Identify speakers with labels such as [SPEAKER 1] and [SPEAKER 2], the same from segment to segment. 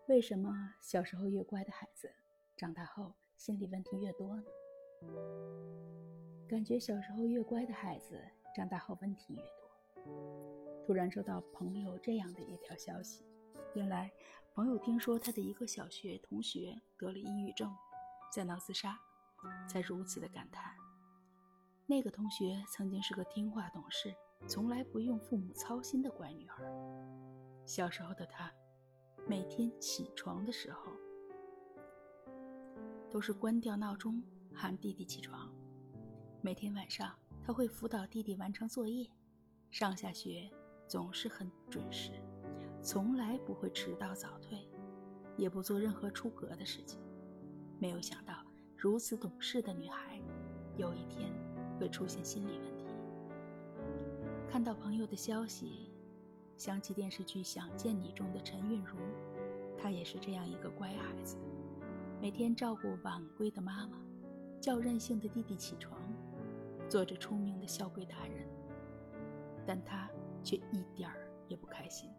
[SPEAKER 1] 为什么小时候越乖的孩子，长大后心理问题越多呢？感觉小时候越乖的孩子，长大后问题越多。突然收到朋友这样的一条消息，原来朋友听说他的一个小学同学得了抑郁症，在闹自杀，才如此的感叹。那个同学曾经是个听话懂事，从来不用父母操心的乖女孩。小时候的她，每天起床的时候都是关掉闹钟喊弟弟起床，每天晚上她会辅导弟弟完成作业，上下学总是很准时，从来不会迟到早退，也不做任何出格的事情。没有想到如此懂事的女孩，有一天会出现心理问题。看到朋友的消息，想起电视剧《想见你》中的陈韵如，她也是这样一个乖孩子，每天照顾晚归的妈妈，叫任性的弟弟起床，做着出名的校规达人，但她却一点儿也不开心。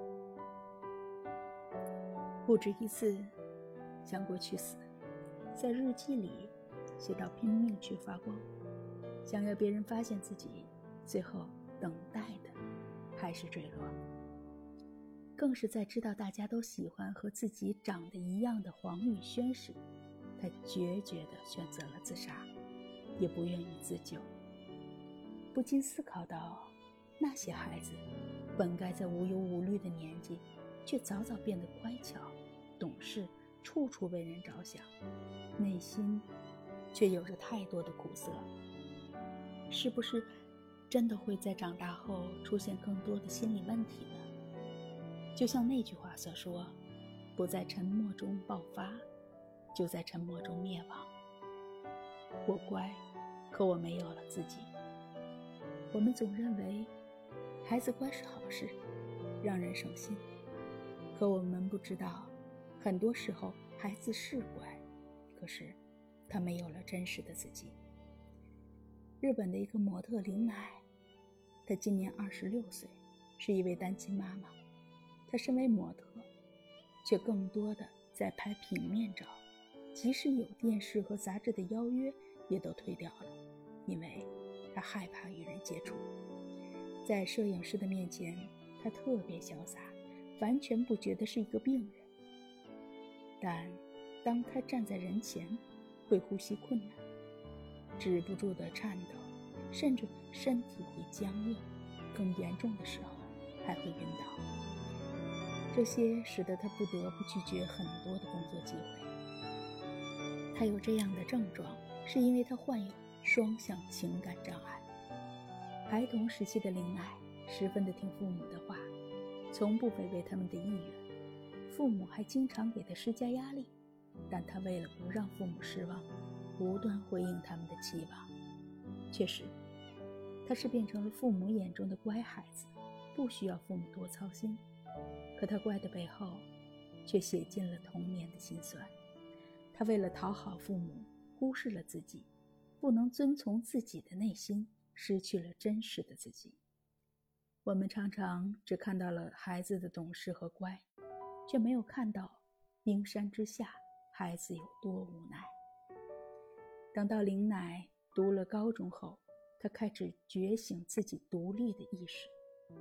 [SPEAKER 1] 不止一次想过去死，在日记里写到拼命去发光，想要别人发现自己，最后等待的还是坠落。更是在知道大家都喜欢和自己长得一样的黄宇轩时，他决绝地选择了自杀，也不愿意自救。不禁思考到，那些孩子本该在无忧无虑的年纪，却早早变得乖巧懂事，处处为人着想，内心却有着太多的苦涩。是不是真的会在长大后出现更多的心理问题呢？就像那句话所说，不在沉默中爆发，就在沉默中灭亡。我乖，可我没有了自己。我们总认为孩子乖是好事，让人省心，可我们不知道，很多时候孩子是乖，可是他没有了真实的自己。日本的一个模特林乃，她今年26岁，是一位单亲妈妈。她身为模特，却更多的在拍平面照，即使有电视和杂志的邀约，也都推掉了，因为她害怕与人接触。在摄影师的面前，她特别潇洒，完全不觉得是一个病人。但当她站在人前，会呼吸困难，止不住的颤抖，甚至身体会僵硬，更严重的时候还会晕倒。这些使得他不得不拒绝很多的工作机会。他有这样的症状，是因为他患有双向情感障碍。孩童时期的林乃十分的听父母的话，从不违背他们的意愿，父母还经常给他施加压力，但他为了不让父母失望，不断回应他们的期望。确实，他是变成了父母眼中的乖孩子，不需要父母多操心。可他乖的背后，却写进了童年的辛酸。他为了讨好父母，忽视了自己，不能遵从自己的内心，失去了真实的自己。我们常常只看到了孩子的懂事和乖，却没有看到冰山之下孩子有多无奈。等到林乃读了高中后，他开始觉醒自己独立的意识，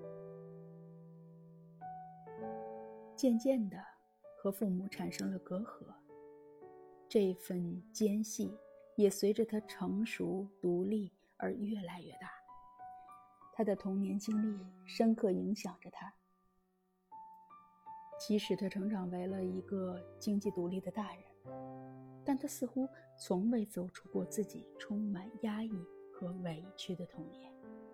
[SPEAKER 1] 渐渐地和父母产生了隔阂，这份间隙也随着他成熟独立而越来越大。他的童年经历深刻影响着他，即使他成长为了一个经济独立的大人，但他似乎从未走出过自己充满压抑和委屈的童年。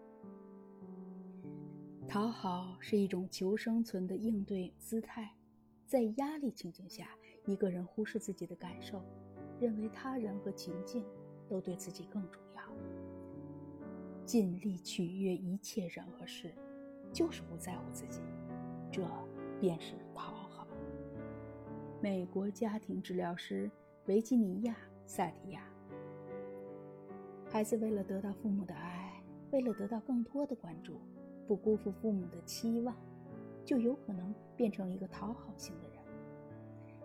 [SPEAKER 1] 讨好是一种求生存的应对姿态，在压力情境下，一个人忽视自己的感受，认为他人和情境都对自己更重要，尽力取悦一切人和事，就是不在乎自己，这便是讨好。美国家庭治疗师维吉尼亚·萨提亚，孩子为了得到父母的爱，为了得到更多的关注，不辜负父母的期望，就有可能变成一个讨好型的人。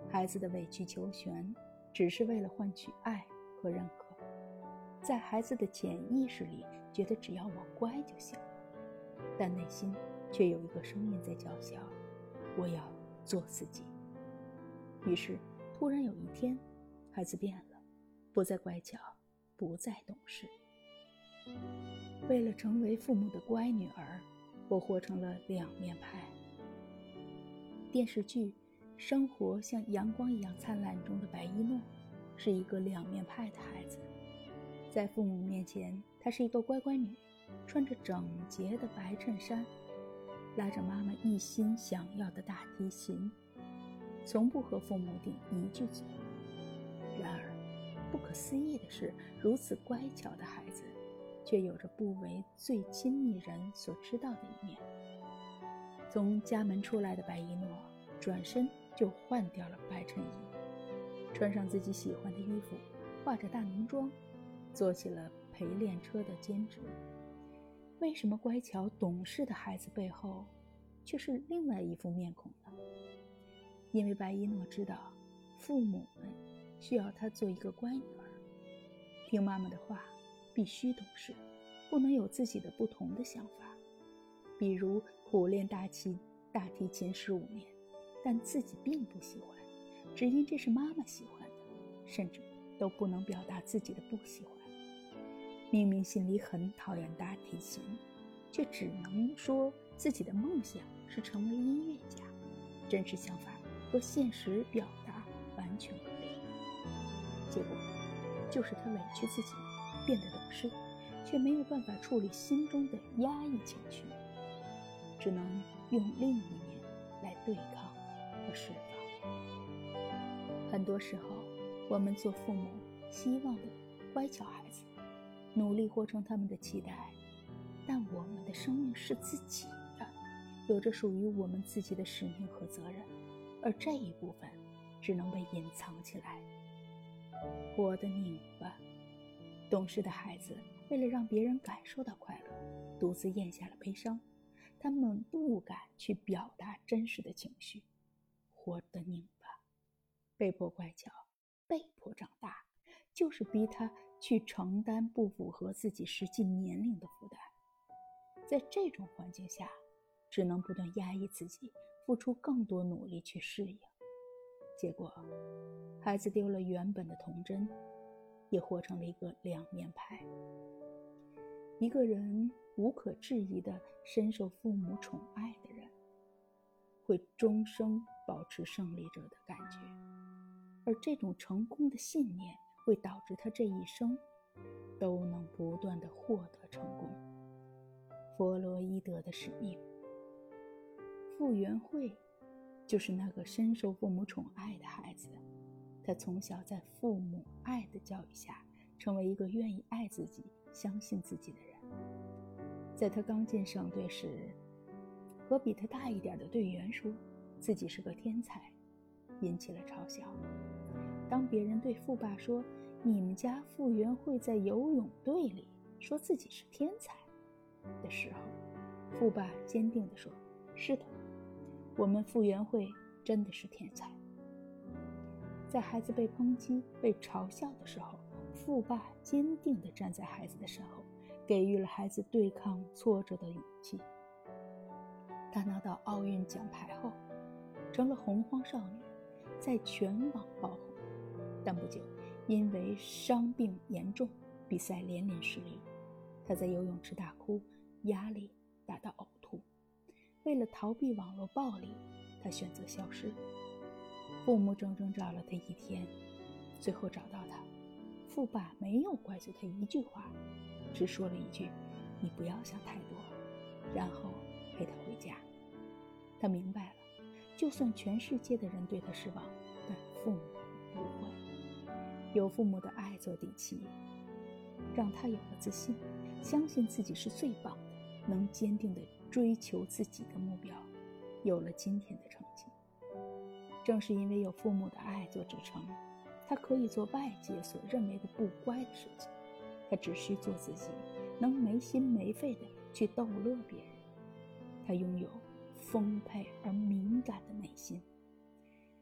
[SPEAKER 1] 孩子的委曲求全只是为了换取爱和认可，在孩子的潜意识里觉得只要我乖就行，但内心却有一个声音在叫嚣，我要做自己。于是突然有一天，孩子变了，不再乖巧，不再懂事。为了成为父母的乖女儿，我活成了两面派。电视剧《生活像阳光一样灿烂》中的白一诺是一个两面派的孩子。在父母面前，她是一个乖乖女，穿着整洁的白衬衫，拉着妈妈一心想要的大提琴，从不和父母顶一句嘴。然而不可思议的是，如此乖巧的孩子却有着不为最亲密人所知道的一面。从家门出来的白一诺转身就换掉了白衬衣，穿上自己喜欢的衣服，化着大浓妆，做起了陪练车的兼职。为什么乖巧懂事的孩子背后却是另外一副面孔呢？因为白一诺知道，父母们需要他做一个乖女儿，听妈妈的话，必须懂事，不能有自己的不同的想法。比如苦练大提琴15年，但自己并不喜欢，只因这是妈妈喜欢的，甚至都不能表达自己的不喜欢。明明心里很讨厌大提琴，却只能说自己的梦想是成为音乐家，真实想法和现实表达完全不离。结果就是他委屈自己，变得懂事，却没有办法处理心中的压抑情绪，只能用另一面来对抗和释放。很多时候，我们做父母希望的乖巧孩子，努力活成他们的期待，但我们的生命是自己的，有着属于我们自己的使命和责任，而这一部分只能被隐藏起来。活得拧巴，懂事的孩子为了让别人感受到快乐，独自咽下了悲伤，他们不敢去表达真实的情绪。活得拧巴，被迫乖巧，被迫长大，就是逼他去承担不符合自己实际年龄的负担。在这种环境下，只能不断压抑自己，付出更多努力去适应。结果孩子丢了原本的童真，也活成了一个两面派。一个人无可置疑地深受父母宠爱的人，会终生保持胜利者的感觉，而这种成功的信念会导致他这一生都能不断地获得成功。弗洛伊德的使命，傅园慧就是那个深受父母宠爱的孩子。他从小在父母爱的教育下，成为一个愿意爱自己、相信自己的人。在他刚进省队时，和比他大一点的队员说自己是个天才，引起了嘲笑。当别人对傅爸说你们家傅园慧在游泳队里说自己是天才的时候，傅爸坚定地说，是的，我们傅园慧真的是天才。在孩子被抨击、被嘲笑的时候，傅爸坚定地站在孩子的身后，给予了孩子对抗挫折的勇气。他拿到奥运奖牌后，成了洪荒少女，在全网爆红。但不久，因为伤病严重，比赛连连失利。他在游泳池大哭，压力大到呕吐。为了逃避网络暴力，他选择消失。父母整整找了他1天，最后找到他。傅爸没有怪罪他一句话，只说了一句，你不要想太多，然后陪他回家。他明白了，就算全世界的人对他失望，但父母不会。有父母的爱做底气，让他有了自信，相信自己是最棒的，能坚定地追求自己的目标，有了今天的成绩。正是因为有父母的爱做支撑，他可以做外界所认为的不乖的事情，他只需做自己，能没心没肺地去逗乐别人。他拥有丰沛而敏感的内心。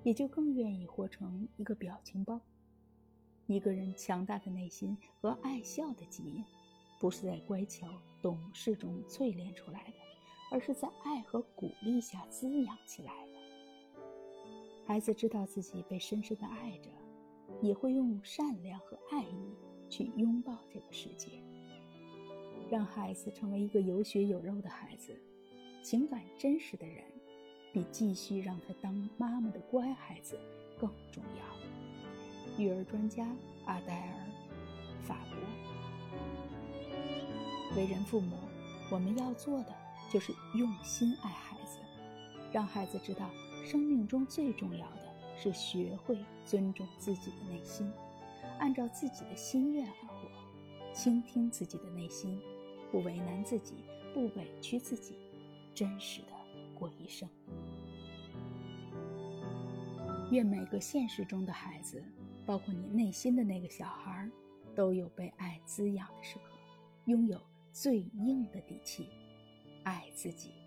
[SPEAKER 1] 也就更愿意活成一个表情包。一个人强大的内心和爱笑的基因，不是在乖巧懂事中淬炼出来的，而是在爱和鼓励下滋养起来的。孩子知道自己被深深的爱着，也会用善良和爱意去拥抱这个世界。让孩子成为一个有血有肉的孩子，情感真实的人，比继续让他当妈妈的乖孩子更重要。育儿专家阿黛尔，法国。为人父母，我们要做的就是用心爱孩子，让孩子知道生命中最重要的是学会尊重自己的内心，按照自己的心愿而活，倾听自己的内心，不为难自己，不委屈自己，真实的过一生。愿每个现实中的孩子，包括你内心的那个小孩，都有被爱滋养的时刻，拥有最硬的底气，爱自己。